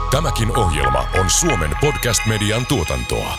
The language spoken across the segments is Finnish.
Tämäkin ohjelma on Suomen podcast-median tuotantoa.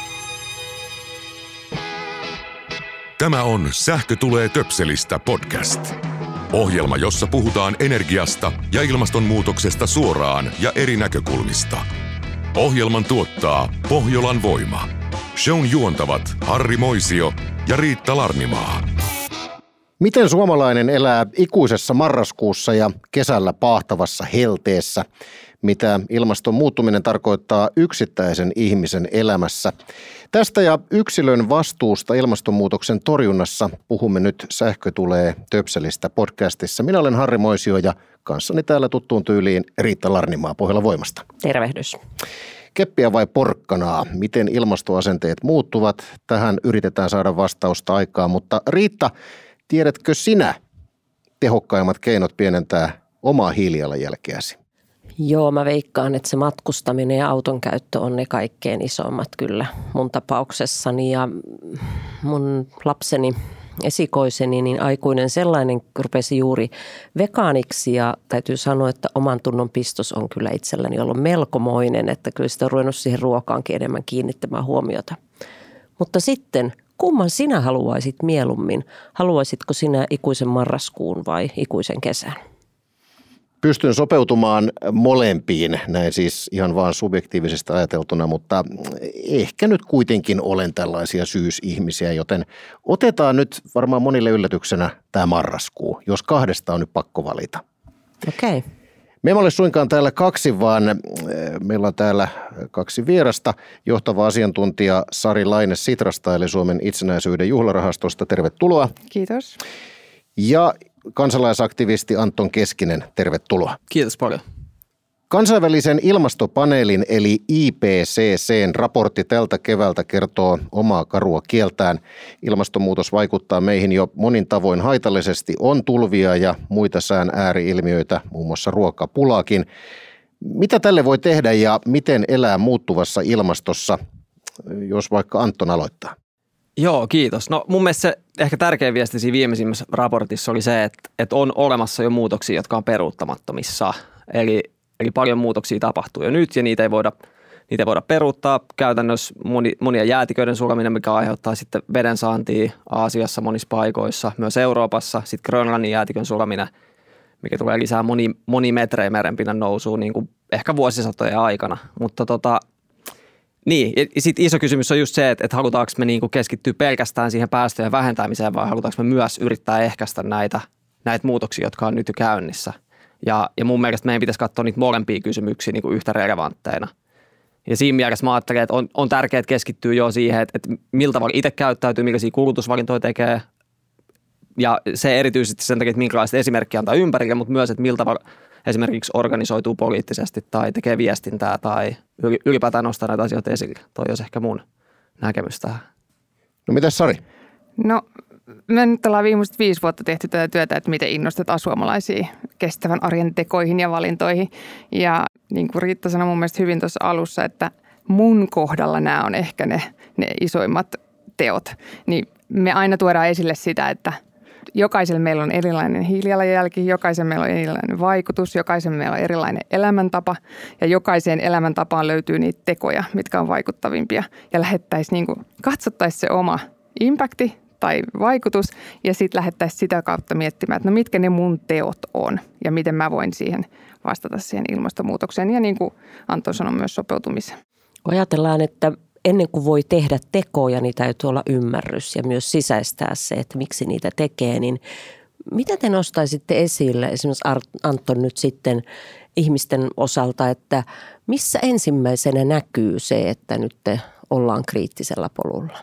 Tämä on Sähkö tulee töpselistä podcast. Ohjelma, jossa puhutaan energiasta ja ilmastonmuutoksesta suoraan ja eri näkökulmista. Ohjelman tuottaa Pohjolan Voima. Shown juontavat Harri Moisio ja Riitta Larnimaa. Miten suomalainen elää ikuisessa marraskuussa ja kesällä paahtavassa helteessä? Mitä ilmaston muuttuminen tarkoittaa yksittäisen ihmisen elämässä? Tästä ja yksilön vastuusta ilmastonmuutoksen torjunnassa puhumme nyt Sähkö tulee töpselistä podcastissa. Minä olen Harri Moisio ja kanssani täällä tuttuun tyyliin Riitta Larnimaa Pohjolan Voimasta. Tervehdys. Keppiä vai porkkanaa? Miten ilmastoasenteet muuttuvat? Tähän yritetään saada vastausta aikaan, mutta Riitta, tiedätkö sinä tehokkaimmat keinot pienentää omaa hiilijalanjälkeäsi? Joo, mä veikkaan, että se matkustaminen ja auton käyttö on ne kaikkein isommat kyllä mun tapauksessani. Ja mun lapseni, esikoiseni, niin aikuinen sellainen rupesi juuri vegaaniksi ja täytyy sanoa, että oman tunnon pistos on kyllä itselläni ollut melkomoinen, että kyllä sitä on ruvennut siihen ruokaankin enemmän kiinnittämään huomiota. Mutta sitten, kumman sinä haluaisit mieluummin? Haluaisitko sinä ikuisen marraskuun vai ikuisen kesän? Pystyn sopeutumaan molempiin, näin siis ihan vaan subjektiivisesti ajateltuna, mutta ehkä nyt kuitenkin olen tällaisia syysihmisiä, joten otetaan nyt varmaan monille yllätyksenä tämä marraskuu, jos kahdesta on nyt pakko valita. Okei. Okay. Me emme ole suinkaan täällä kaksi, vaan meillä on täällä kaksi vierasta. Johtava asiantuntija Sari Laine Sitrasta, eli Suomen itsenäisyyden juhlarahastosta. Tervetuloa. Kiitos. Ja kansalaisaktivisti Anton Keskinen, tervetuloa. Kiitos paljon. Kansainvälisen ilmastopaneelin eli IPCC:n raportti tältä keväältä kertoo omaa karua kieltään. Ilmastonmuutos vaikuttaa meihin jo monin tavoin haitallisesti. On tulvia ja muita sään ääriilmiöitä, muun muassa ruokapulaakin. Mitä tälle voi tehdä ja miten elää muuttuvassa ilmastossa, jos vaikka Anton aloittaa? Joo, kiitos. No mun mielestä se ehkä tärkein viesti siinä viimeisimmässä raportissa oli se, että on olemassa jo muutoksia, jotka on peruuttamattomissa. Eli paljon muutoksia tapahtuu jo nyt ja niitä ei voida peruuttaa. Käytännössä monia jäätiköiden sulaminen, mikä aiheuttaa sitten veden saantia Aasiassa monissa paikoissa, myös Euroopassa. Sitten Grönlannin jäätikön sulaminen, mikä tulee lisää monimetrejä merenpinnan nousuun niin kuin ehkä vuosisatojen aikana. Mutta niin, ja sitten iso kysymys on just se, että halutaanko me niinku keskittyä pelkästään siihen päästöjen vähentämiseen vai halutaanko me myös yrittää ehkäistä näitä muutoksia, jotka on nyt jo käynnissä. Ja mun mielestä meidän pitäisi katsoa niitä molempia kysymyksiä niinku yhtä relevantteina. Ja siinä mielessä mä ajattelen, että on tärkeää keskittyä jo siihen, että miltä tavalla itse käyttäytyy, millaisia kulutusvalintoja tekee. Ja se erityisesti sen takia, että minkälaista esimerkkiä antaa ympärille, mutta myös, että miltä tavalla esimerkiksi organisoituu poliittisesti tai tekee viestintää tai ylipäätään nostaa näitä asioita esille. Toi olisi ehkä mun näkemys tähän. No mitäs Sari? No me nyt ollaan viimeiset 5 vuotta tehty tätä työtä, että miten innostetaan suomalaisia kestävän arjen tekoihin ja valintoihin. Ja niin kuin Riitta sanoi mun mielestä hyvin tuossa alussa, että mun kohdalla nämä on ehkä ne isoimmat teot. Niin me aina tuodaan esille sitä, että jokaisella meillä on erilainen hiilijalanjälki, jokaisen meillä on erilainen vaikutus, jokaisen meillä on erilainen elämäntapa ja jokaiseen elämäntapaan löytyy niitä tekoja, mitkä on vaikuttavimpia ja katsottaisiin se oma impakti tai vaikutus ja sitten lähdettäisiin sitä kautta miettimään, että no mitkä ne mun teot on ja miten mä voin siihen vastata siihen ilmastonmuutokseen ja niin kuin Anton sanoi myös sopeutumiseen. Ajatellaan, että ennen kuin voi tehdä tekoja, niin täytyy olla ymmärrys ja myös sisäistää se, että miksi niitä tekee. Niin mitä te nostaisitte esille esimerkiksi Anton nyt sitten ihmisten osalta, että missä ensimmäisenä näkyy se, että nyt ollaan kriittisellä polulla?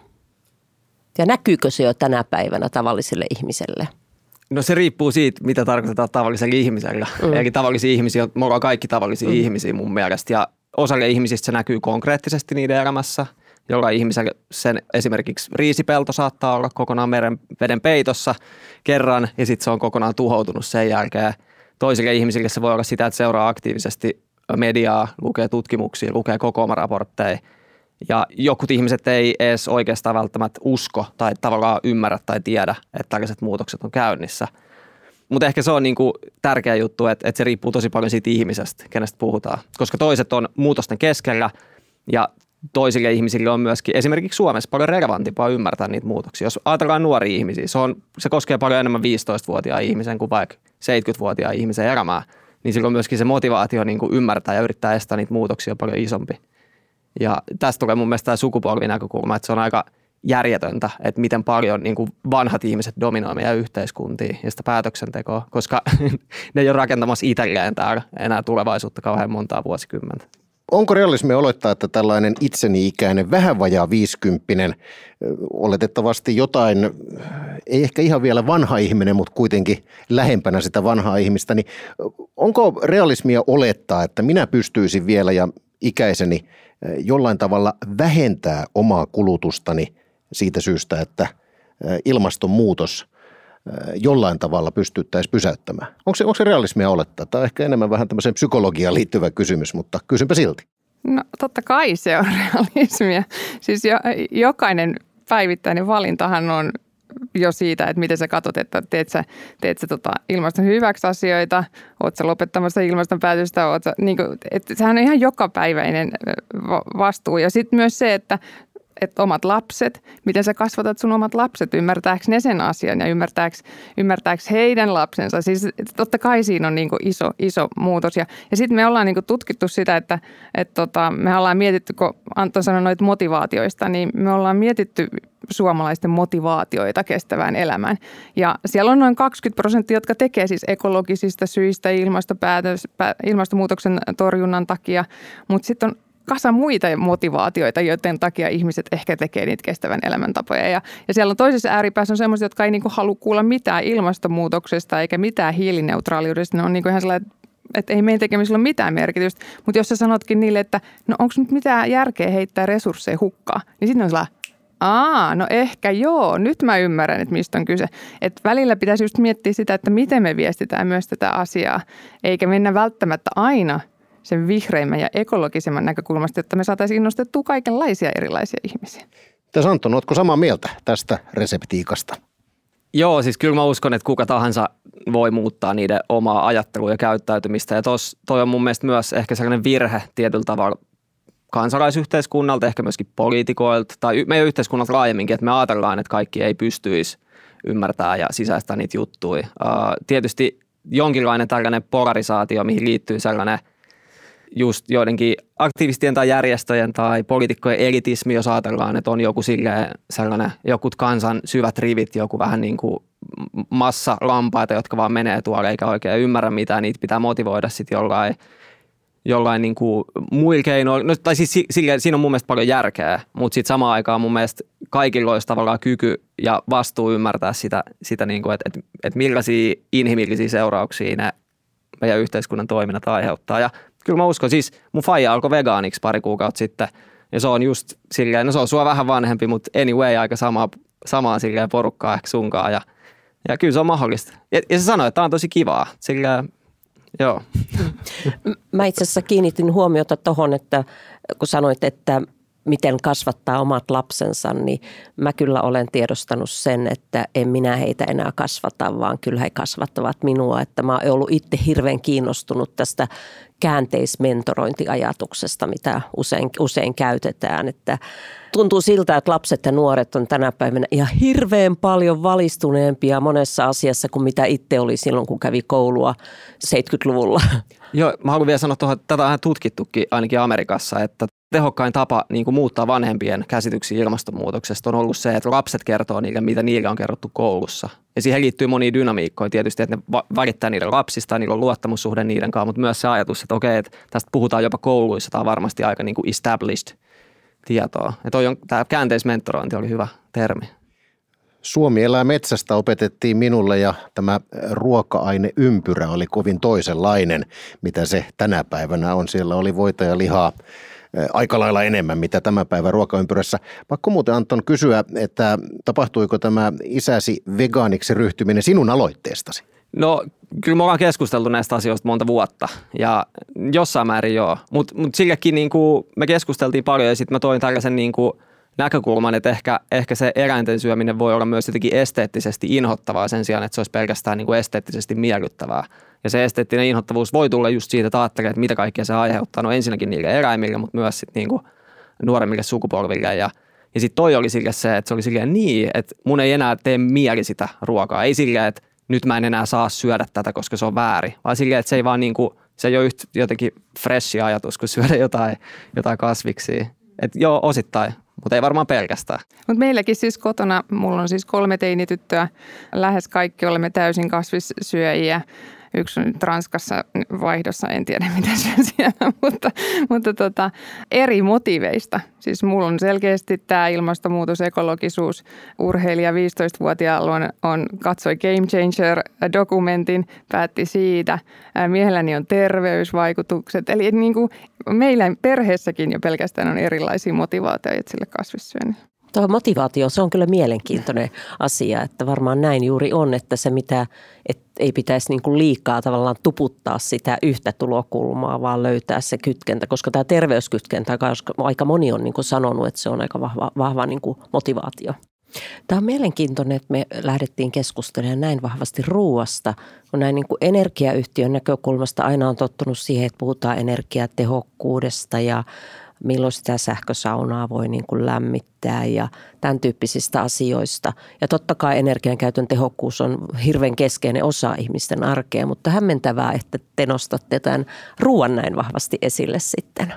Ja näkyykö se jo tänä päivänä tavalliselle ihmiselle? No se riippuu siitä, mitä tarkoitetaan tavallisella ihmisellä. Eli tavallisia ihmisiä, me ollaan kaikki tavallisia ihmisiä mun mielestä ja osalle ihmisistä se näkyy konkreettisesti niiden elämässä. Jollain ihmisellä sen esimerkiksi riisipelto saattaa olla kokonaan veden peitossa kerran ja sitten se on kokonaan tuhoutunut sen jälkeen. Toisille ihmisille se voi olla sitä, että seuraa aktiivisesti mediaa, lukee tutkimuksia, lukee kokoomaraportteja. Ja jokut ihmiset ei edes oikeastaan välttämättä usko tai tavallaan ymmärrä tai tiedä, että tällaiset muutokset on käynnissä. Mutta ehkä se on niinku tärkeä juttu, että se riippuu tosi paljon siitä ihmisestä, kenestä puhutaan. Koska toiset on muutosten keskellä ja toisille ihmisille on myöskin esimerkiksi Suomessa paljon relevantimpaa ymmärtää niitä muutoksia. Jos ajatellaan nuoria ihmisiä, se koskee paljon enemmän 15-vuotiaan ihmisen kuin vaikka 70-vuotiaan ihmisen elämää, niin silloin myöskin se motivaatio niin kuin ymmärtää ja yrittää estää niitä muutoksia paljon isompi. Ja tästä tulee mun mielestä tämä sukupolvinäkökulma, että se on aika järjetöntä, että miten paljon niin kuin vanhat ihmiset dominoi meidän yhteiskuntia ja sitä päätöksentekoa, koska ne ei ole rakentamassa itselleen täällä enää tulevaisuutta kauhean montaa vuosikymmentä. Onko realismia olettaa, että tällainen itseni-ikäinen, vähän vajaa 50-vuotias, oletettavasti jotain, ei ehkä ihan vielä vanha ihminen, mutta kuitenkin lähempänä sitä vanhaa ihmistä, niin onko realismia olettaa, että minä pystyisin vielä ja ikäiseni jollain tavalla vähentää omaa kulutustani siitä syystä, että ilmastonmuutos jollain tavalla pystyttäisiin pysäyttämään? Onko se realismia olettaa? Tämä on ehkä enemmän vähän tämmöiseen psykologiaan liittyvä kysymys, mutta kysynpä silti. No totta kai se on realismia. Siis jokainen päivittäinen valintahan on jo siitä, että miten sä katsot, että teet sä ilmaston hyväksi asioita, oot sä lopettamassa ilmaston päätöstä, että sehän on ihan jokapäiväinen vastuu. Ja sitten myös se, että omat lapset, miten sä kasvatat sun omat lapset, ymmärtääkö ne sen asian ja ymmärtääkö heidän lapsensa. Siis totta kai siinä on niin kuin iso muutos. Ja sitten me ollaan niin kuin tutkittu sitä, että me ollaan mietitty, kun Anton sanoi noita motivaatioista, niin me ollaan mietitty suomalaisten motivaatioita kestävään elämään. Ja siellä on noin 20%, jotka tekee siis ekologisista syistä ilmastonmuutoksen torjunnan takia, mutta sitten on kasa muita motivaatioita, joiden takia ihmiset ehkä tekee niitä kestävän elämäntapoja. Ja siellä on toisessa ääripäässä on semmoisia, jotka ei niinku halua kuulla mitään ilmastonmuutoksesta eikä mitään hiilineutraaliudesta. Ne on niinku ihan sellainen, että ei meidän tekemisellä ole mitään merkitystä. Mutta jos sä sanotkin niille, että no onko nyt mitään järkeä heittää resursseja hukkaan, niin sitten on sellainen, no ehkä joo, nyt mä ymmärrän, että mistä on kyse. Että välillä pitäisi just miettiä sitä, että miten me viestitään myös tätä asiaa, eikä mennä välttämättä aina sen vihreimmän ja ekologisemman näkökulmasta, että me saataisiin innostettua kaikenlaisia erilaisia ihmisiä. Mitäs Anton, ootko samaa mieltä tästä reseptiikasta? Joo, siis kyllä mä uskon, että kuka tahansa voi muuttaa niiden omaa ajattelua ja käyttäytymistä. Ja toi on mun mielestä myös ehkä sellainen virhe tietyllä tavalla kansalaisyhteiskunnalta, ehkä myöskin poliitikoilta tai meidän yhteiskunnalta laajemminkin, että me ajatellaan, että kaikki ei pystyisi ymmärtämään ja sisäistää niitä juttuja. Tietysti jonkinlainen tällainen polarisaatio, mihin liittyy sellainen just joidenkin aktivistien tai järjestöjen tai poliitikkojen elitismi, jos ajatellaan, että on joku sellainen, jokut kansan syvät rivit, joku vähän niin kuin massalampaita, jotka vaan menee tuolla eikä oikein ymmärrä mitään, niitä pitää motivoida sitten jollain niin kuin muilla keinoilla. No, tai siis siinä on mun mielestä paljon järkeä, mutta sitten samaan aikaan mun mielestä kaikilla olisi tavallaan kyky ja vastuu ymmärtää sitä niin kuin, että millaisia inhimillisiä seurauksia ne meidän yhteiskunnan toiminnat aiheuttaa. Ja kyllä mä uskon, siis mun faija alkoi vegaaniksi pari kuukautta sitten ja se on just silleen, no se on sua vähän vanhempi, mutta anyway aika samaa silleen porukkaa ehkä sunkaan ja kyllä se on mahdollista. Ja se sanoi, että tämä on tosi kivaa, silleen joo. Mä itse asiassa kiinnitin huomiota tuohon, että kun sanoit, että miten kasvattaa omat lapsensa, niin mä kyllä olen tiedostanut sen, että en minä heitä enää kasvata, vaan kyllä he kasvattavat minua. Että mä oon ollut itse hirveän kiinnostunut tästä käänteismentorointiajatuksesta, mitä usein käytetään. Että tuntuu siltä, että lapset ja nuoret on tänä päivänä ihan hirveän paljon valistuneempia monessa asiassa kuin mitä itse oli silloin, kun kävi koulua 70-luvulla. Joo, mä haluan vielä sanoa tuohon, että tätä on ihan tutkittukin ainakin Amerikassa, että tehokkain tapa niin kuin muuttaa vanhempien käsityksiä ilmastonmuutoksesta on ollut se, että lapset kertoo niille, mitä niille on kerrottu koulussa. Ja siihen liittyy monia dynamiikkoja tietysti, että ne välittää niiden lapsista, niillä on luottamussuhde niiden kanssa, mutta myös se ajatus, että okei, että tästä puhutaan jopa kouluissa, tämä on varmasti aika niin kuin established tietoa. Ja tämä käänteismentorointi oli hyvä termi. Suomi elää metsästä opetettiin minulle ja tämä ruoka-aineympyrä oli kovin toisenlainen, mitä se tänä päivänä on. Siellä oli voita ja lihaa aika lailla enemmän, mitä tämän päivän ruokaympyrässä. Pakko muuten Anton kysyä, että tapahtuiko tämä isäsi vegaaniksi ryhtyminen sinun aloitteestasi? No kyllä me ollaan keskusteltu näistä asioista monta vuotta ja jossain määrin joo, mutta sillekin niin kuin me keskusteltiin paljon ja sitten mä toin tällaisen niin kuin näkökulman, että ehkä se eläinten syöminen voi olla myös jotenkin esteettisesti inhottavaa sen sijaan, että se olisi pelkästään niin kuin esteettisesti miellyttävää. Ja se esteettinen inhottavuus voi tulla just siitä, että ajattelee, että mitä kaikkea se aiheuttaa. No ensinnäkin niille eläimille, mutta myös sitten niin kuin nuoremmille sukupolville. Ja sitten toi oli sille se, että se oli silleen niin, että mun ei enää tee mieli sitä ruokaa. Ei silleen, että nyt mä en enää saa syödä tätä, koska se on väärin. Vaan silleen, että se ei vaan niin kuin, se ei ole jotenkin freshi ajatus, kun syödä jotain kasviksia. Että joo, osittain, mutta ei varmaan pelkästään. Mutta meilläkin siis kotona, mulla on siis 3 teinityttöä, lähes kaikki olemme täysin kasvissyöjiä. Yksi on nyt Ranskassa vaihdossa, en tiedä mitä syö siellä, mutta eri motiveista. Siis mulla on selkeästi tämä ilmastonmuutos, ekologisuus. Urheilija 15-vuotiaalla katsoi Game Changer-dokumentin, päätti siitä. Miehelläni on terveysvaikutukset. Eli niin kuin meillä perheessäkin jo pelkästään on erilaisia motivaatioita sille kasvissyönnille. Tuo motivaatio, se on kyllä mielenkiintoinen asia, että varmaan näin juuri on, että se mitä, että ei pitäisi niin kuin liikaa tavallaan tuputtaa sitä yhtä tulokulmaa, vaan löytää se kytkentä, koska tämä terveyskytkentä, aika moni on niin kuin sanonut, että se on aika vahva niin kuin motivaatio. Tämä on mielenkiintoinen, että me lähdettiin keskustelemaan näin vahvasti ruuasta, kun näin niin kuin energiayhtiön näkökulmasta aina on tottunut siihen, että puhutaan energiatehokkuudesta ja milloin sitä sähkösaunaa voi niin kuin lämmittää ja tämän tyyppisistä asioista. Ja totta kai energiankäytön tehokkuus on hirveän keskeinen osa ihmisten arkea, mutta hämmentävää, että te nostatte tämän ruoan näin vahvasti esille sitten.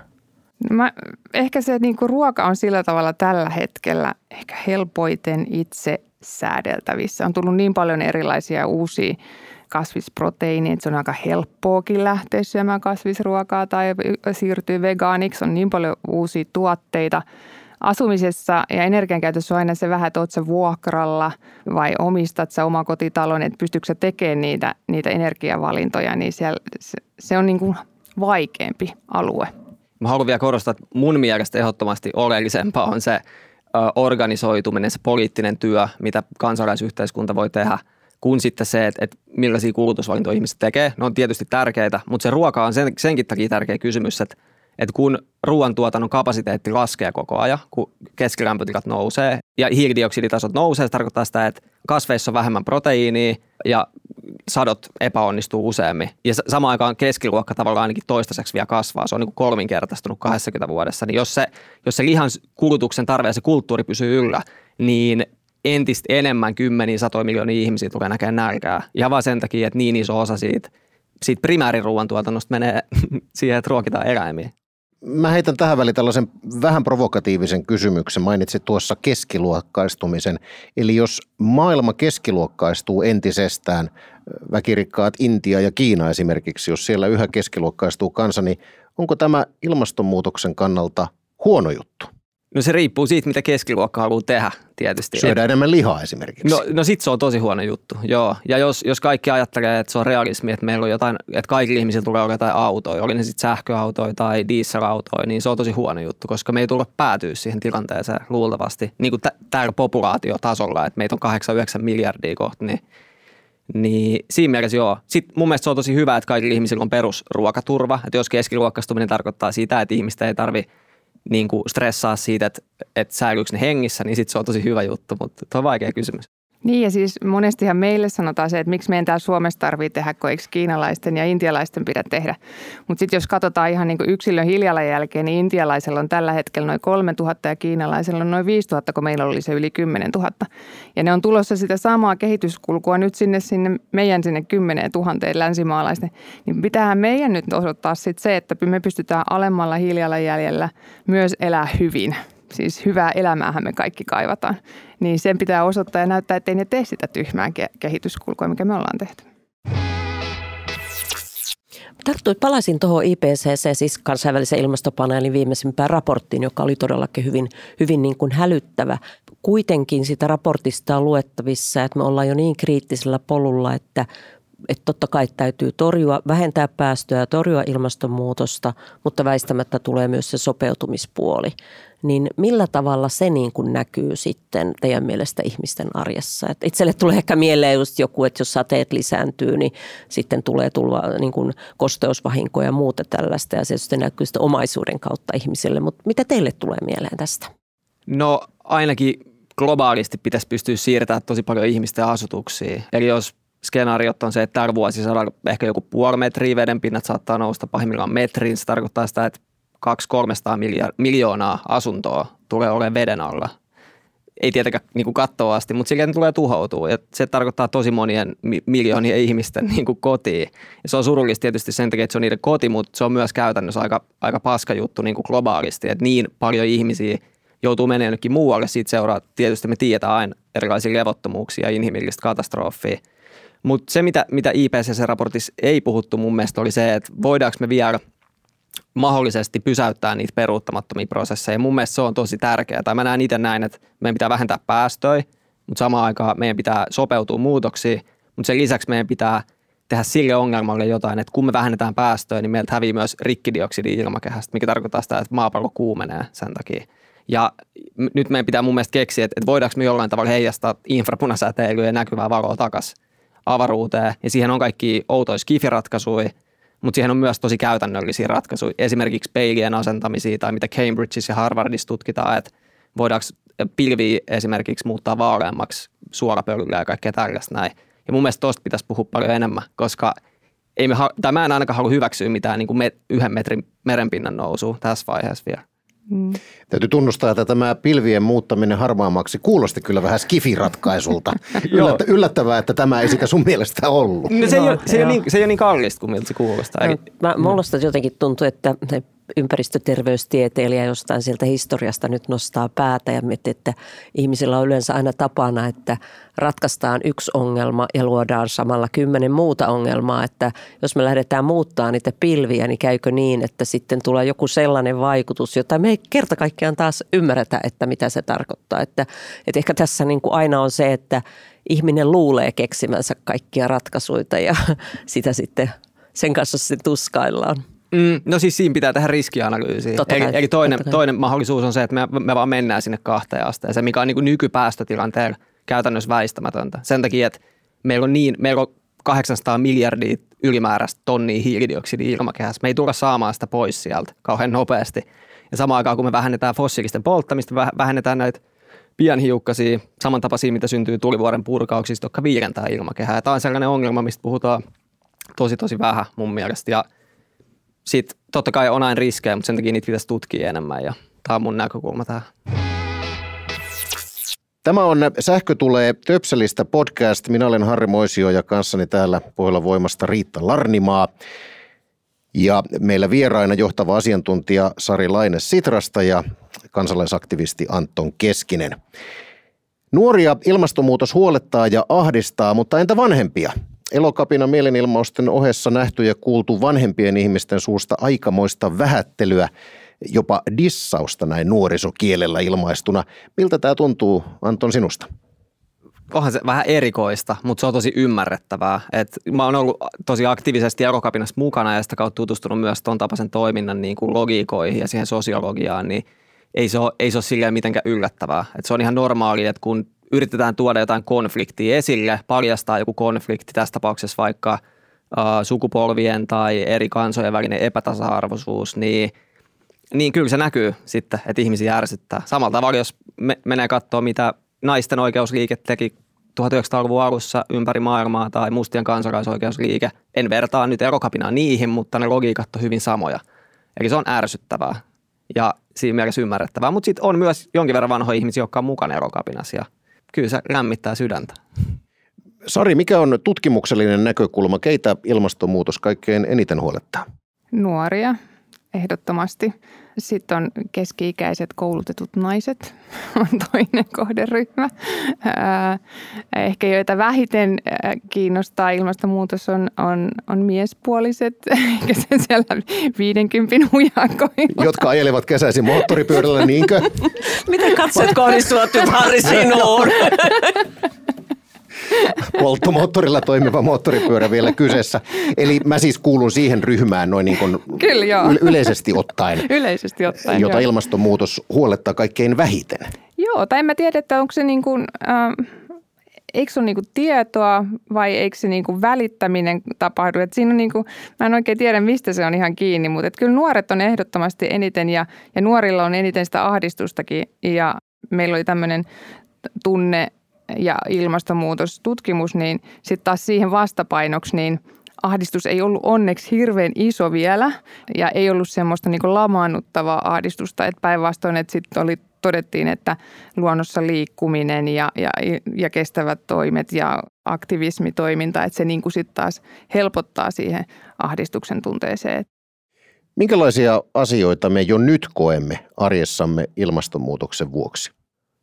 Ehkä se, että niin kuin ruoka on sillä tavalla tällä hetkellä ehkä helpoiten itse säädeltävissä. On tullut niin paljon erilaisia uusia kasvisproteiineja, että se on aika helppoakin lähteä syömään kasvisruokaa tai siirtyä vegaaniksi. On niin paljon uusia tuotteita. Asumisessa ja energiankäytössä on aina se vähän, että oot sä vuokralla vai omistat sä omakotitalon, että pystytkö sä tekemään niitä energiavalintoja, niin se on niin kuin vaikeampi alue. Mä haluan vielä korostaa, että mun mielestä ehdottomasti oleellisempaa on se organisoituminen, se poliittinen työ, mitä kansalaisyhteiskunta voi tehdä, kun sitten se, että millaisia kulutusvalintoja ihmiset tekee. Ne on tietysti tärkeitä, mutta se ruoka on senkin takia tärkeä kysymys, että kun ruoantuotannon kapasiteetti laskee koko ajan, kun keskilämpötilat nousee ja hiilidioksiditasot nousee, se tarkoittaa sitä, että kasveissa on vähemmän proteiinia ja sadot epäonnistuu useammin. Ja samaan aikaan keskiluokka tavallaan ainakin toistaiseksi vielä kasvaa. Se on niin kuin 3-kertaistunut 20 vuodessa. Niin jos se lihan kulutuksen tarve ja se kulttuuri pysyy yllä, niin entistä enemmän 10-100 miljoonia ihmisiä tulee näkemään nälkää. Ja vaan sen takia, että niin iso osa siitä primääriruoantuotannosta menee siihen, että ruokitaan eläimiä. Mä heitän tähän väliin tällaisen vähän provokatiivisen kysymyksen. Mainitsit tuossa keskiluokkaistumisen. Eli jos maailma keskiluokkaistuu entisestään, väkirikkaat Intia ja Kiina esimerkiksi, jos siellä yhä keskiluokkaistuu kansa, niin onko tämä ilmastonmuutoksen kannalta huono juttu? No se riippuu siitä, mitä keskiluokka haluaa tehdä tietysti. Syödään enemmän lihaa esimerkiksi. No sit se on tosi huono juttu, joo. Ja jos kaikki ajattelee, että se on realismi, että meillä on jotain, että kaikilla ihmisillä tulee olla jotain autoja, oli ne sitten sähköautoja tai dieselautoja, niin se on tosi huono juttu, koska me ei tulla päätyä siihen tilanteeseen luultavasti. Niin kuin täällä populaatiotasolla, että meitä on 8-9 miljardia kohta, niin siinä mielessä joo. Sitten mun mielestä se on tosi hyvä, että kaikilla ihmisillä on perusruokaturva. Että jos keskiluokkastuminen tarkoittaa sitä, että ihmistä ei tarvitse niin kuin stressaa siitä, että säilyykö ne hengissä, niin sitten se on tosi hyvä juttu, mutta tuo on vaikea kysymys. Niin ja siis monestihan meille sanotaan se, että miksi meidän täällä Suomessa tarvitsee tehdä, kun eikö kiinalaisten ja intialaisten pidä tehdä. Mutta sitten jos katsotaan ihan niin kuin yksilön hiilijalanjälkeen, niin intialaisella on tällä hetkellä noin 3000 ja kiinalaisella on noin 5000, kun meillä oli se yli 10 000. Ja ne on tulossa sitä samaa kehityskulkua nyt sinne meidän 10 000 länsimaalaisten. Niin pitäähän meidän nyt osoittaa sitten se, että me pystytään alemmalla hiilijalanjäljellä myös elää hyvin. Siis hyvää elämäähän me kaikki kaivataan. Niin sen pitää osoittaa ja näyttää, ettei ne tee sitä tyhmää kehityskulkua, mikä me ollaan tehty. Palaisin tuohon IPCC, siis kansainvälisen ilmastopaneelin viimeisimpään raporttiin, joka oli todellakin hyvin niin kuin hälyttävä. Kuitenkin sitä raportista on luettavissa, että me ollaan jo niin kriittisellä polulla, että totta kai täytyy vähentää päästöjä ja torjua ilmastonmuutosta, mutta väistämättä tulee myös se sopeutumispuoli. Niin millä tavalla se niin kuin näkyy sitten teidän mielestä ihmisten arjessa? Et itselle tulee ehkä mieleen just joku, että jos sateet lisääntyy, niin sitten tulee niin kuin kosteusvahinkoja ja muuta tällaista. Ja se sitten näkyy sitten omaisuuden kautta ihmiselle. Mutta mitä teille tulee mieleen tästä? No ainakin globaalisti pitäisi pystyä siirtämään tosi paljon ihmisten asutuksia. Eli jos skenaariot on se, että tällä vuosisadalla ehkä joku 0,5 metriä vedenpinnat saattaa nousta pahimmillaan metriin. Se tarkoittaa sitä, että 200-300 miljoonaa asuntoa tulee olemaan veden alla. Ei tietenkään niin kattoa asti, mutta sillä ne tulee tuhoutua. Ja se tarkoittaa tosi monien miljoonien ihmisten niin kotiin. Ja se on surullista tietysti sen takia, että se on niiden koti, mutta se on myös käytännössä aika paska juttu niin globaalisti. Että niin paljon ihmisiä joutuu menemään jonnekin muualle. Siitä seuraa, tietysti me tiedetään aina erilaisia levottomuuksia ja inhimillistä katastrofia. Mutta se, mitä IPCC-raportissa ei puhuttu mun mielestä, oli se, että voidaanko me vielä mahdollisesti pysäyttää niitä peruuttamattomia prosesseja. Mun mielestä se on tosi tärkeää. Tai mä näen itse näin, että meidän pitää vähentää päästöjä, mutta samaan aikaan meidän pitää sopeutua muutoksiin. Mutta sen lisäksi meidän pitää tehdä sille ongelmalle jotain, että kun me vähennetään päästöjä, niin meiltä hävii myös rikkidioksidi ilmakehästä, mikä tarkoittaa sitä, että maapallo kuumenee sen takia. Ja nyt meidän pitää mun mielestä keksiä, että voidaanko me jollain tavalla heijastaa infrapunasäteilyä ja näkyvää valoa takaisin avaruuteen. Ja siihen on kaikki outoja skifi-ratkaisuja, mutta siihen on myös tosi käytännöllisiä ratkaisuja. Esimerkiksi peilien asentamisia tai mitä Cambridgeissa ja Harvardissa tutkitaan, että voidaanko pilviä esimerkiksi muuttaa vaaleammaksi suorapölyllä ja kaikkea tällaista näin. Ja mun mielestä tosta pitäisi puhua paljon enemmän, koska mä en ainakaan halua hyväksyä mitään niin kuin 1 metrin merenpinnan nousua tässä vaiheessa vielä. Täytyy tunnustaa, että tämä pilvien muuttaminen harmaammaksi kuulosti kyllä vähän skifi-ratkaisulta. Yllättävää, että tämä ei sitä sun mielestä ollut. No, se ei ole niin kallista kuin miltä se kuulostaa. Musta jotenkin tuntuu, että ympäristöterveystieteilijä jostain sieltä historiasta nyt nostaa päätä ja miettii, että ihmisillä on yleensä aina tapana, että ratkaistaan yksi ongelma ja luodaan samalla 10 muuta ongelmaa, että jos me lähdetään muuttaa niitä pilviä, niin käykö niin, että sitten tulee joku sellainen vaikutus, jota me ei kerta kaikkiaan taas ymmärretä, että mitä se tarkoittaa. Että ehkä tässä niin kuin aina on se, että ihminen luulee keksimänsä kaikkia ratkaisuja ja sitä sitten sen kanssa sitten tuskaillaan. No siis siinä pitää tehdä riskianalyysiä. Eli toinen mahdollisuus on se, että me vaan mennään sinne 2 asteeseen, mikä on niin kuin nykypäästötilanteella käytännössä väistämätöntä. Sen takia, että meillä on 800 miljardia ylimääräistä tonnia hiilidioksidia ilmakehässä. Me ei tulla saamaan sitä pois sieltä kauhean nopeasti. Ja samaan aikaan, kun me vähennetään fossiilisten polttamista, vähennetään näitä pienhiukkasia, samantapaisia, mitä syntyy tulivuoren purkauksista, jotka viilentää ilmakehää. Tämä on sellainen ongelma, mistä puhutaan tosi vähän mun mielestä. Ja sitten totta kai on aina riskejä, mutta sen takia niitä pitäisi tutkia enemmän ja tämä on mun näkökulma tähän. Tämä on Sähkö tulee Töpselistä podcast. Minä olen Harri Moisio ja kanssani täällä Pohjolan Voimasta Riitta Larnimaa. Ja meillä vieraina johtava asiantuntija Sari Laine Sitrasta ja kansalaisaktivisti Anton Keskinen. Nuoria ilmastonmuutos huolettaa ja ahdistaa, mutta entä vanhempia? Elokapina mielenilmausten ohessa nähty ja kuultu vanhempien ihmisten suusta aikamoista vähättelyä, jopa dissausta näin nuorisokielellä ilmaistuna. Miltä tämä tuntuu, Anton, sinusta? Onhan se vähän erikoista, mutta se on tosi ymmärrettävää. Mä oon ollut tosi aktiivisesti Elokapinassa mukana ja sitä kautta tutustunut myös ton tapaisen toiminnan niin kuin logiikoihin ja siihen sosiologiaan, niin ei se ole silleen mitenkään yllättävää. Se on ihan normaalia, että kun yritetään tuoda jotain konfliktia esille, paljastaa joku konflikti, tässä tapauksessa vaikka sukupolvien tai eri kansojen välinen epätasa-arvoisuus, niin kyllä se näkyy sitten, että ihmisiä ärsyttää. Samalla tavalla, jos menee katsoa, mitä naisten oikeusliike teki 1900-luvun alussa ympäri maailmaa tai mustien kansalaisoikeusliike, en vertaa nyt Elokapinaa niihin, mutta ne logiikat on hyvin samoja. Eli se on ärsyttävää ja siinä mielessä ymmärrettävää, mutta sitten on myös jonkin verran vanhoja ihmisiä, jotka on mukana Elokapinassa ja kyllä se lämmittää sydäntä. Sari, mikä on tutkimuksellinen näkökulma? Keitä ilmastonmuutos kaikkein eniten huolettaa? Nuoria, ehdottomasti. Sitten on keski-ikäiset koulutetut naiset, on toinen kohderyhmä. Ehkä joita vähiten kiinnostaa ilmastonmuutos on miespuoliset, eikä sen siellä 50 hujakoilla. Jotka ajelevat kesäisin moottoripyörällä, niinkö? Miten katseet kohdistuvat nyt, Harri, sinuun? Polttomoottorilla toimiva moottoripyörä vielä kyseessä. Eli mä siis kuulun siihen ryhmään noin niin kuin yleisesti ottaen. Yleisesti ottaen, jota ilmastonmuutos huolettaa kaikkein vähiten. Joo, tai en mä tiedä, että onko se niin kuin, eikö se ole niin kuin tietoa vai eikö se niin kuin välittäminen tapahdu. Että siinä on niin kuin, mä en oikein tiedä, mistä se on ihan kiinni, mutta että kyllä nuoret on ehdottomasti eniten ja nuorilla on eniten sitä ahdistustakin ja meillä oli tämmöinen tunne- ja ilmastonmuutostutkimus, niin sitten taas siihen vastapainoksi, niin ahdistus ei ollut onneksi hirveän iso vielä ja ei ollut semmoista niin kuin lamaannuttavaa ahdistusta, että päinvastoin, että sitten todettiin, että luonnossa liikkuminen ja kestävät toimet ja aktivismitoiminta, että se niin kuin sitten taas helpottaa siihen ahdistuksen tunteeseen. Minkälaisia asioita me jo nyt koemme arjessamme ilmastonmuutoksen vuoksi?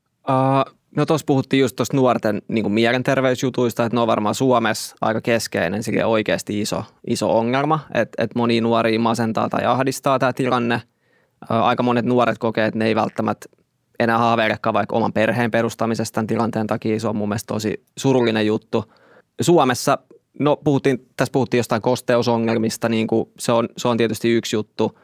No tuossa puhuttiin just tuosta nuorten niin kuin mielenterveysjutuista, että ne on varmaan Suomessa aika keskeinen, sille oikeasti iso ongelma, että moni nuoria masentaa tai ahdistaa tämä tilanne. Aika monet nuoret kokee, että ne ei välttämättä enää haaveilekaan vaikka oman perheen perustamisesta tämän tilanteen takia. Se on mun mielestä tosi surullinen juttu. Suomessa, no tässä puhuttiin jostain kosteusongelmista, niin kuin se on tietysti yksi juttu.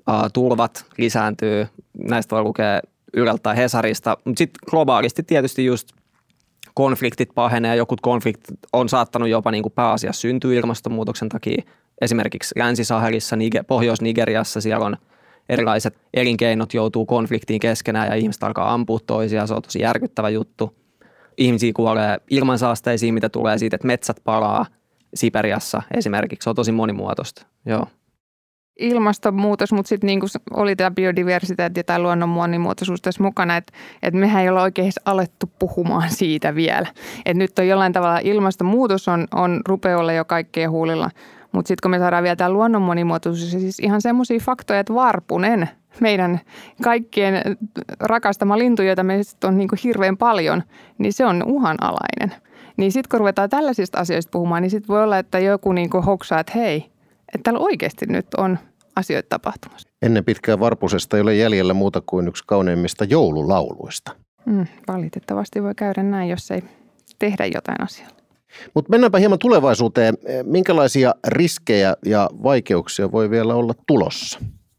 Tulvat lisääntyy, näistä voi lukea Yleltä tai Hesarista, mutta sitten globaalisti tietysti just konfliktit pahenee. Jokut konfliktit on saattanut jopa niin kuin pääasiassa syntyä ilmastonmuutoksen takia. Esimerkiksi Länsi-Sahelissa, Pohjois-Nigeriassa siellä on erilaiset elinkeinot joutuu konfliktiin keskenään ja ihmiset alkaa ampua toisiaan. Se on tosi järkyttävä juttu. Ihmisiä kuolee ilmansaasteisiin, mitä tulee siitä, että metsät palaa Siperiassa esimerkiksi. Se on tosi monimuotoista. Joo. Ilmastonmuutos, mutta sitten niin oli tämä biodiversiteetti tai luonnon monimuotoisuus tässä mukana, että mehän ei olla oikein alettu puhumaan siitä vielä. Et nyt on jollain tavalla ilmastonmuutos on rupeaa olla jo kaikkeen huulilla, mutta sitten kun me saadaan vielä tämä luonnon monimuotoisuus, siis ihan semmoisia faktoja, että varpunen, meidän kaikkien rakastama lintu, joita me on niin kuin hirveän paljon, niin se on uhanalainen. Niin sitten kun ruvetaan tällaisista asioista puhumaan, niin sitten voi olla, että joku niin kuin hoksaa, että hei, että täällä oikeasti nyt on asioita tapahtumassa. Ennen pitkää varpusesta ei ole jäljellä muuta kuin yksi kauneimmista joululauluista. Valitettavasti voi käydä näin, jos ei tehdä jotain asialle. Mutta mennäänpä hieman tulevaisuuteen. Minkälaisia riskejä ja vaikeuksia voi vielä olla tulossa?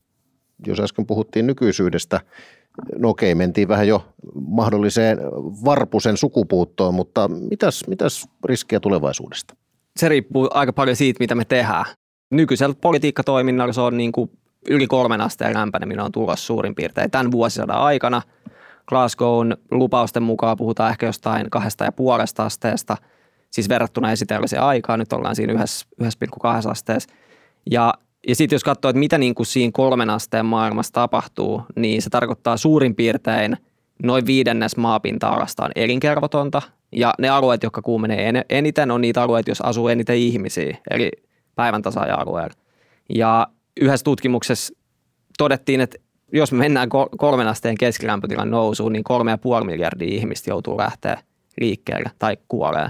Jos äsken puhuttiin nykyisyydestä, no okei, mentiin vähän jo mahdolliseen varpusen sukupuuttoon, mutta mitäs riskejä tulevaisuudesta? Se riippuu aika paljon siitä, mitä me tehdään. Nykyisellä politiikkatoiminnalla se on niin kuin yli 3 asteen lämpeneminen on tulossa suurin piirtein tämän vuosisadan aikana. Glasgown lupausten mukaan puhutaan ehkä jostain 2,5 asteesta, siis verrattuna esitelliseen aikaan. Nyt ollaan siinä 1,2 asteessa. Ja sitten jos katsoo, että mitä niin kuin siinä 3 asteen maailmassa tapahtuu, niin se tarkoittaa suurin piirtein noin 1/5 maapinta-alasta on elinkelvotonta. Ja ne alueet, jotka kuumenee eniten, on niitä alueita, jos asuu eniten ihmisiä, eli päivän tasaaja-alueella. Ja yhdessä tutkimuksessa todettiin, että jos me mennään 3 asteen keskilämpötilan nousuun, niin 3,5 miljardia ihmistä joutuu lähteä liikkeelle tai kuolee.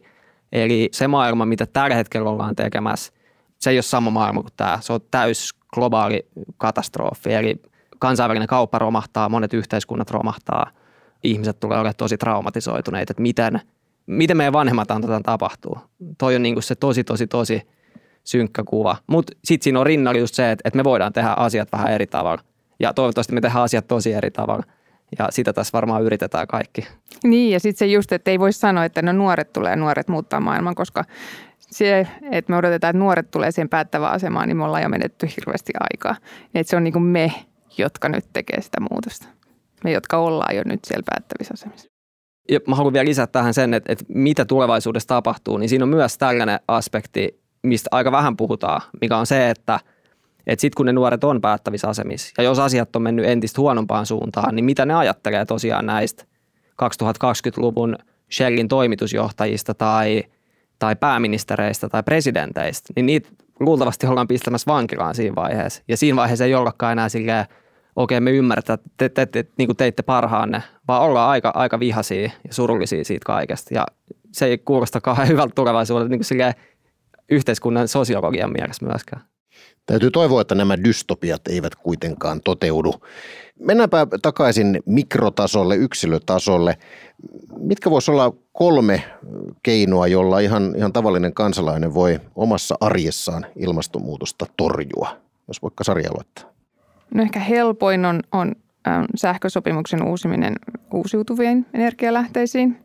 Eli se maailma, mitä tällä hetkellä ollaan tekemässä, se ei ole sama maailma kuin tämä. Se on täys globaali katastrofi. Eli kansainvälinen kauppa romahtaa, monet yhteiskunnat romahtaa. Ihmiset tulee olemaan tosi traumatisoituneita, että miten meidän vanhemmat antataan tapahtuu. Toi on niin kuin se tosi synkkä kuva. Mutta sitten siinä on rinnalla just se, että me voidaan tehdä asiat vähän eri tavalla. Ja toivottavasti me tehdään asiat tosi eri tavalla. Ja sitä tässä varmaan yritetään kaikki. Niin, ja sitten se just, että ei voi sanoa, että no nuoret muuttaa maailman, koska se, että me odotetaan, että nuoret tulee siihen päättävään asemaan, niin me ollaan jo menetty hirveästi aikaa. Että se on niin kuin me, jotka nyt tekee sitä muutosta. Me, jotka ollaan jo nyt siellä päättävissä asemissa. Ja mä haluan vielä lisätä tähän sen, että mitä tulevaisuudessa tapahtuu, niin siinä on myös tällainen aspekti, mistä aika vähän puhutaan, mikä on se, että sitten kun ne nuoret on päättävissä asemissa, ja jos asiat on mennyt entistä huonompaan suuntaan, niin mitä ne ajattelee tosiaan näistä 2020-luvun Shellin toimitusjohtajista tai pääministereistä tai presidenteistä, niin niitä luultavasti ollaan pistämässä vankilaan siinä vaiheessa. Ja siinä vaiheessa ei ollakaan enää silleen, okei, me ymmärretään, että te niin teitte parhaanne, vaan ollaan aika vihaisia ja surullisia siitä kaikesta. Ja se ei kuulosta kauhean hyvältä tulevaisuudelta niin silleen yhteiskunnan sosiologian mielessä myöskään. Täytyy toivoa, että nämä dystopiat eivät kuitenkaan toteudu. Mennäänpä takaisin mikrotasolle, yksilötasolle. Mitkä voisi olla 3 keinoa, jolla ihan tavallinen kansalainen voi omassa arjessaan ilmastonmuutosta torjua? Jos vaikka Sari aloittaa. No ehkä helpoin on sähkösopimuksen uusiminen uusiutuviin energialähteisiin.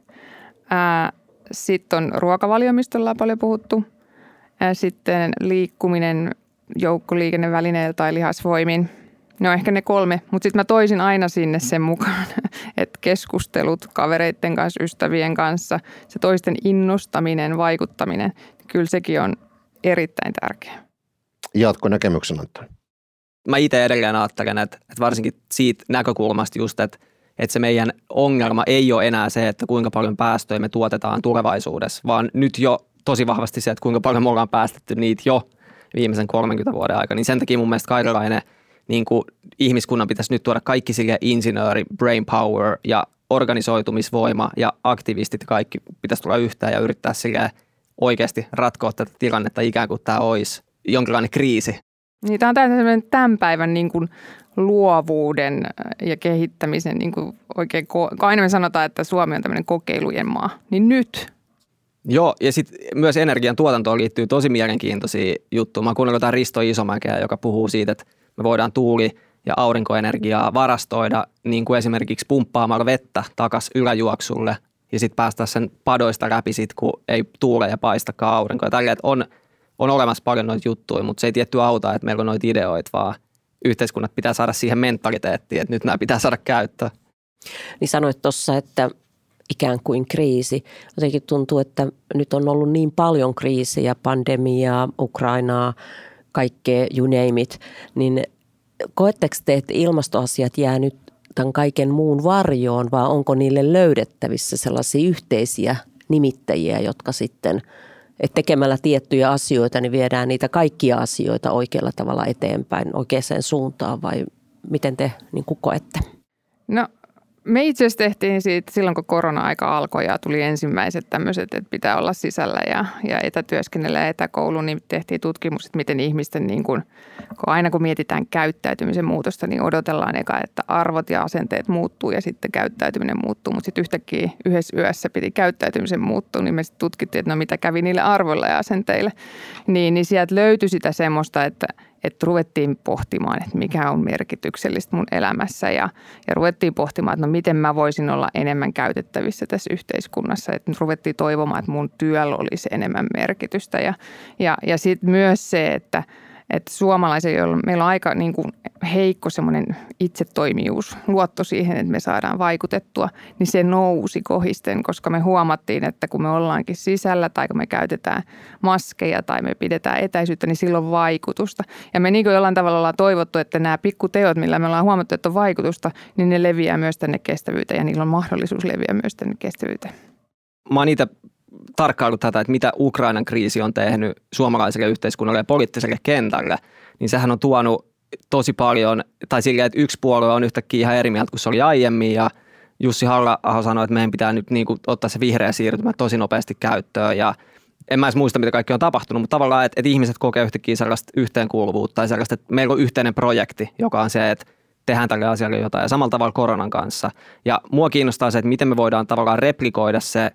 Sitten on ruokavalio, mistä ollaan paljon puhuttu. Sitten liikkuminen joukkoliikennevälineillä tai lihasvoimin. No ehkä ne 3, mutta sitten mä toisin aina sinne sen mukaan, että keskustelut kavereiden kanssa, ystävien kanssa, se toisten innostaminen, vaikuttaminen, kyllä sekin on erittäin tärkeää. Jaatko näkemyksen, Antoni? Mä itse edelleen ajattelen, että varsinkin siitä näkökulmasta just, että se meidän ongelma ei ole enää se, että kuinka paljon päästöjä me tuotetaan tulevaisuudessa, vaan nyt jo tosi vahvasti se, että kuinka paljon me ollaan päästetty niitä jo viimeisen 30 vuoden aikana. Niin sen takia mun mielestä kaikenlainen niin kuin ihmiskunnan pitäisi nyt tuoda kaikki sille insinööri, brain power ja organisoitumisvoima ja aktivistit kaikki pitäisi tulla yhteen ja yrittää sille oikeasti ratkoa tätä tilannetta ikään kuin tämä olisi jonkinlainen kriisi. Niin, tämä on tämän päivän niin kuin luovuuden ja kehittämisen, niin kuin oikein, aina me sanotaan, että Suomi on tämmöinen kokeilujen maa, niin nyt. Joo, ja sitten myös energian tuotantoon liittyy tosi mielenkiintoisia juttuja. Mä kuunnellaan Risto Isomäkeä, joka puhuu siitä, että me voidaan tuuli- ja aurinkoenergiaa varastoida niin kuin esimerkiksi pumppaamalla vettä takaisin yläjuoksulle ja sitten päästä sen padoista läpi sit, kun ei tuule ja paistakaan aurinko. Ja tälleen, että on olemassa paljon noita juttuja, mutta se ei tietty auta, että meillä on noita ideoita, vaan yhteiskunnat pitää saada siihen mentaliteettiin, että nyt nämä pitää saada käyttöön. Niin sanoit tuossa, että ikään kuin kriisi. Jotenkin tuntuu, että nyt on ollut niin paljon kriisejä, pandemiaa, Ukrainaa, kaikkea, you name it. Niin koetteko te, että ilmastoasiat jää nyt tämän kaiken muun varjoon, vai onko niille löydettävissä sellaisia yhteisiä nimittäjiä, jotka sitten, että tekemällä tiettyjä asioita, niin viedään niitä kaikkia asioita oikealla tavalla eteenpäin, oikeaan suuntaan, vai miten te niin kuin koette? No, me itse asiassa tehtiin siitä silloin, kun korona-aika alkoi ja tuli ensimmäiset tämmöiset, että pitää olla sisällä ja etätyöskennellä ja etäkoulu, niin tehtiin tutkimus, että miten ihmisten, niin kun aina kun mietitään käyttäytymisen muutosta, niin odotellaan eka, että arvot ja asenteet muuttuu ja sitten käyttäytyminen muuttuu. Mutta sitten yhtäkkiä yhdessä yössä piti käyttäytymisen muuttua, niin me sitten tutkittiin, että no mitä kävi niille arvoilla ja asenteille. Niin sieltä löytyi sitä semmoista, että ruvettiin pohtimaan, että mikä on merkityksellistä mun elämässä ja ruvettiin pohtimaan, että no miten mä voisin olla enemmän käytettävissä tässä yhteiskunnassa. Että ruvettiin toivomaan, että mun työllä olisi enemmän merkitystä ja sitten myös se, että suomalaisilla, joilla meillä on aika niin kuin heikko semmoinen itsetoimijuus, luotto siihen, että me saadaan vaikutettua, niin se nousi kohisten, koska me huomattiin, että kun me ollaankin sisällä tai kun me käytetään maskeja tai me pidetään etäisyyttä, niin sillä on vaikutusta. Ja me niin kuin jollain tavalla ollaan toivottu, että nämä pikkuteot, millä me ollaan huomattu, että on vaikutusta, niin ne leviää myös tänne kestävyyteen ja niillä on mahdollisuus leviää myös tänne kestävyyteen. Mä oon itse tarkkaillut tätä, että mitä Ukrainan kriisi on tehnyt suomalaiselle yhteiskunnalle ja poliittiselle kentälle, niin sehän on tuonut tosi paljon, tai silleen, että yksi puolue on yhtäkkiä ihan eri mieltä kuin se oli aiemmin, ja Jussi Halla-aho sanoi, että meidän pitää nyt niin kuin ottaa se vihreä siirtymä tosi nopeasti käyttöön, ja en mä edes muista, mitä kaikki on tapahtunut, mutta tavallaan, että ihmiset kokee yhtäkkiä sellaista yhteenkuuluvuutta, tai sellaista, että meillä on yhteinen projekti, joka on se, että tehdään tälle asialle jotain, ja samalla tavalla koronan kanssa. Ja mua kiinnostaa se, että miten me voidaan tavallaan replikoida se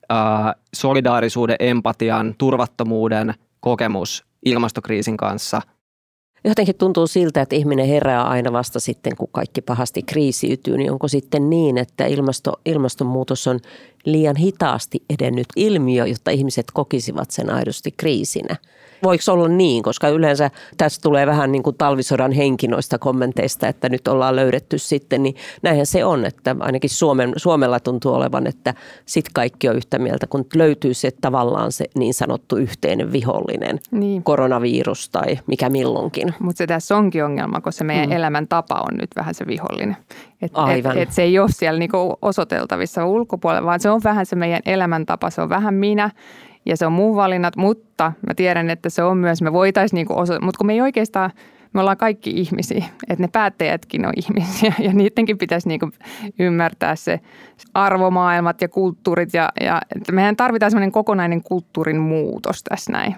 solidaarisuuden, empatian, turvattomuuden kokemus ilmastokriisin kanssa. Jotenkin tuntuu siltä, että ihminen herää aina vasta sitten, kun kaikki pahasti kriisiytyy, niin onko sitten niin, että ilmastonmuutos on liian hitaasti edennyt ilmiö, jotta ihmiset kokisivat sen aidosti kriisinä? Voiko olla niin, koska yleensä tässä tulee vähän niin kuin talvisodan henki noista kommenteista, että nyt ollaan löydetty sitten, niin näinhän se on, että ainakin Suomella tuntuu olevan, että sitten kaikki on yhtä mieltä, kun löytyy se tavallaan se niin sanottu yhteinen vihollinen, niin. Koronavirus tai mikä milloinkin. Mutta se tässä onkin ongelma, koska se meidän elämäntapa on nyt vähän se vihollinen. Aivan. Et se ei ole siellä niinku osoiteltavissa ulkopuolella, vaan se on vähän se meidän elämäntapa, se on vähän minä. Ja se on mun valinnat, mutta mä tiedän, että se on myös, me voitaisiin mutta kun me ei oikeastaan, me ollaan kaikki ihmisiä, että ne päättäjätkin on ihmisiä ja niidenkin pitäisi ymmärtää se arvomaailmat ja kulttuurit ja että mehän tarvitaan semmoinen kokonainen kulttuurin muutos tässä näin.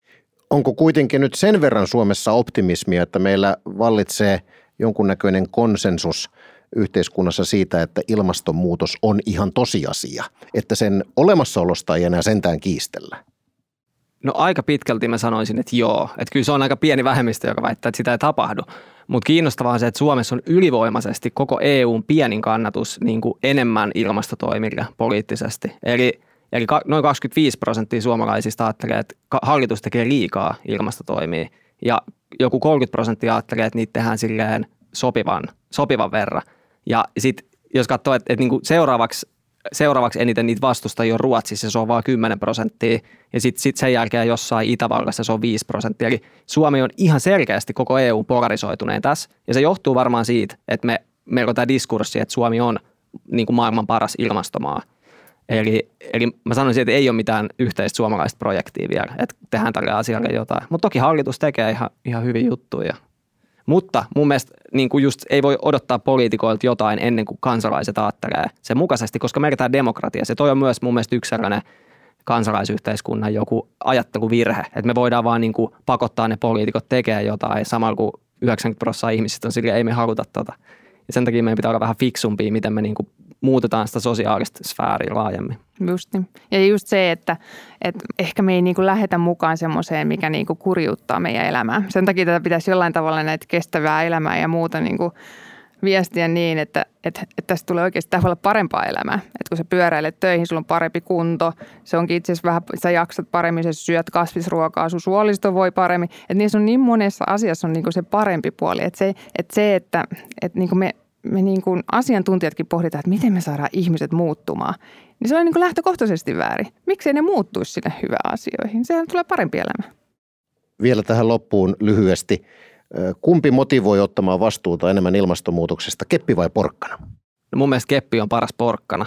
Onko kuitenkin nyt sen verran Suomessa optimismia, että meillä vallitsee jonkunnäköinen konsensus yhteiskunnassa siitä, että ilmastonmuutos on ihan tosiasia, että sen olemassaolosta ei enää sentään kiistellä? No aika pitkälti mä sanoisin, että joo. Että kyllä se on aika pieni vähemmistö, joka väittää, että sitä ei tapahdu. Mutta kiinnostavaa on se, että Suomessa on ylivoimaisesti koko EUn pienin kannatus niin kuin enemmän ilmastotoimille poliittisesti. Eli noin 25% suomalaisista ajattelee, että hallitus tekee liikaa ilmastotoimia. Ja joku 30% ajattelee, että niitä tehdään silleen sopivan verran. Ja sitten jos katsoo, että niin kuin seuraavaksi eniten niitä vastustajia on Ruotsissa, se on vain 10%, ja sitten sen jälkeen jossain Itävallassa se on 5%. Eli Suomi on ihan selkeästi koko EU polarisoituneen tässä, ja se johtuu varmaan siitä, että meillä on tämä diskurssi, että Suomi on niin kuin maailman paras ilmastomaa. Eli mä sanoisin, että ei ole mitään yhteistä suomalaista projektia vielä, että tehdään tälle asialle jotain. Mutta toki hallitus tekee ihan hyviä juttuja. Mutta mun mielestä niin kuin just ei voi odottaa poliitikoilta jotain ennen kuin kansalaiset ajattelee sen mukaisesti, koska meillä tämä demokratia. Se toi on myös mun mielestä yksi sellainen kansalaisyhteiskunnan joku ajatteluvirhe, että me voidaan vaan niin kuin pakottaa ne poliitikot tekemään jotain samalla kuin 90% ihmisistä on silleen, ei me haluta tota. Ja sen takia meidän pitää olla vähän fiksumpia, miten me niin kuin muutetaan sitä sosiaalista sfääriä laajemmin. Just niin. Ja just se, että ehkä me ei niin kuin lähetä mukaan semmoiseen, mikä niin kuin kurjuuttaa meidän elämää. Sen takia tätä pitäisi jollain tavalla näitä kestävää elämää ja muuta niin kuin viestiä niin, että tästä tulee oikeasti olla parempaa elämää. Että kun sä pyöräilet töihin, sulla on parempi kunto. Se onkin itse asiassa vähän, sä jaksat paremmin, sä syöt kasvisruokaa, sun suolisto voi paremmin. Että niissä on niin monessa asiassa on niin kuin se parempi puoli. Että niin kuin me niin kuin asiantuntijatkin pohditaan, että miten me saadaan ihmiset muuttumaan. Niin se on niin kuin lähtökohtaisesti väärin. Miksei ne muuttuisi sinne hyvään asioihin? Sehän tulee parempi elämä. Vielä tähän loppuun lyhyesti. Kumpi motivoi ottamaan vastuuta enemmän ilmastonmuutoksesta, keppi vai porkkana? No mun mielestä keppi on paras porkkana.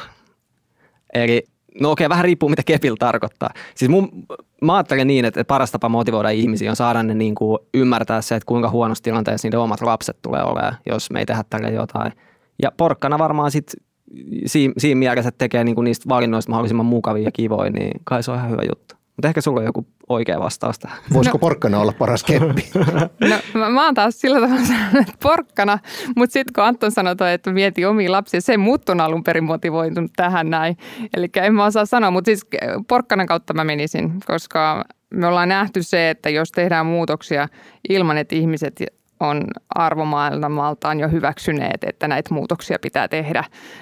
Eli no okei, vähän riippuu mitä kepillä tarkoittaa. Siis mä ajattelen niin, että paras tapa motivoida ihmisiä on saada ne niin kuin ymmärtää se, että kuinka huonossa tilanteessa niiden omat lapset tulee olemaan, jos me ei tehdä tälle jotain. Ja porkkana varmaan sitten siinä mielessä, että tekee niin kuin niistä valinnoista mahdollisimman mukavia ja kivoja, niin kai se on ihan hyvä juttu. Mutta ehkä sulla on joku oikea vastaus tähän. Voisiko porkkana olla paras keppi? No mä oon taas sillä tavalla sanonut, että porkkana, mutta sitten kun Anton sanoi, että mieti omia lapsia, se muut on alun perin motivoitunut tähän näin. Eli en mä osaa sanoa, mutta siis porkkanan kautta mä menisin, koska me ollaan nähty se, että jos tehdään muutoksia ilman, että ihmiset on arvomaailmaltaan jo hyväksyneet, että näitä muutoksia pitää tehdä,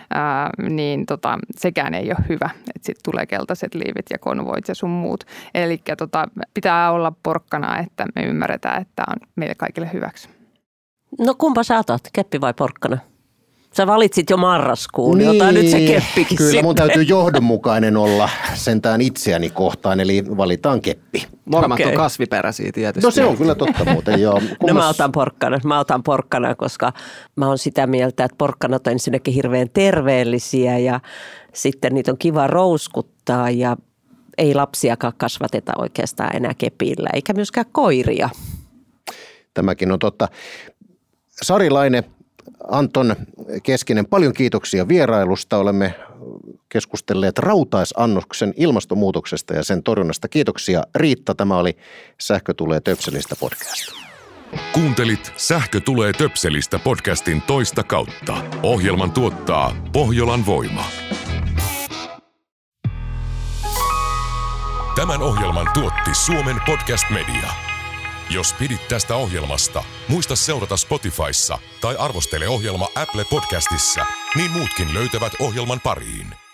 niin sekään ei ole hyvä. Että sitten tulee keltaiset liivit ja konvoit ja sun muut. Eli pitää olla porkkana, että me ymmärretään, että tämä on meille kaikille hyväksi. No kumpa sä otat, keppi vai porkkana? Sä valitsit jo marraskuun, niin ota nyt se keppikin kyllä sitten. Mun täytyy johdonmukainen olla sentään itseäni kohtaan, eli valitaan keppi. Molemmat on kasviperäisiä tietysti. No se on kyllä totta muuten, joo. No mä otan porkkana, koska mä oon sitä mieltä, että porkkanat on ensinnäkin hirveän terveellisiä ja sitten niitä on kiva rouskuttaa ja ei lapsiakaan kasvateta oikeastaan enää kepillä, eikä myöskään koiria. Tämäkin on totta. Sari Laine, Anton Keskinen, paljon kiitoksia vierailusta. Olemme keskustelleet rautaisannoksen ilmastonmuutoksesta ja sen torjunnasta. Kiitoksia Riitta. Tämä oli Sähkö tulee töpselistä podcast. Kuuntelit Sähkö tulee töpselistä podcastin toista kautta. Ohjelman tuottaa Pohjolan Voima. Tämän ohjelman tuotti Suomen Podcast Media. Jos pidit tästä ohjelmasta, muista seurata Spotifyssa tai arvostele ohjelma Apple Podcastissa, niin muutkin löytävät ohjelman pariin.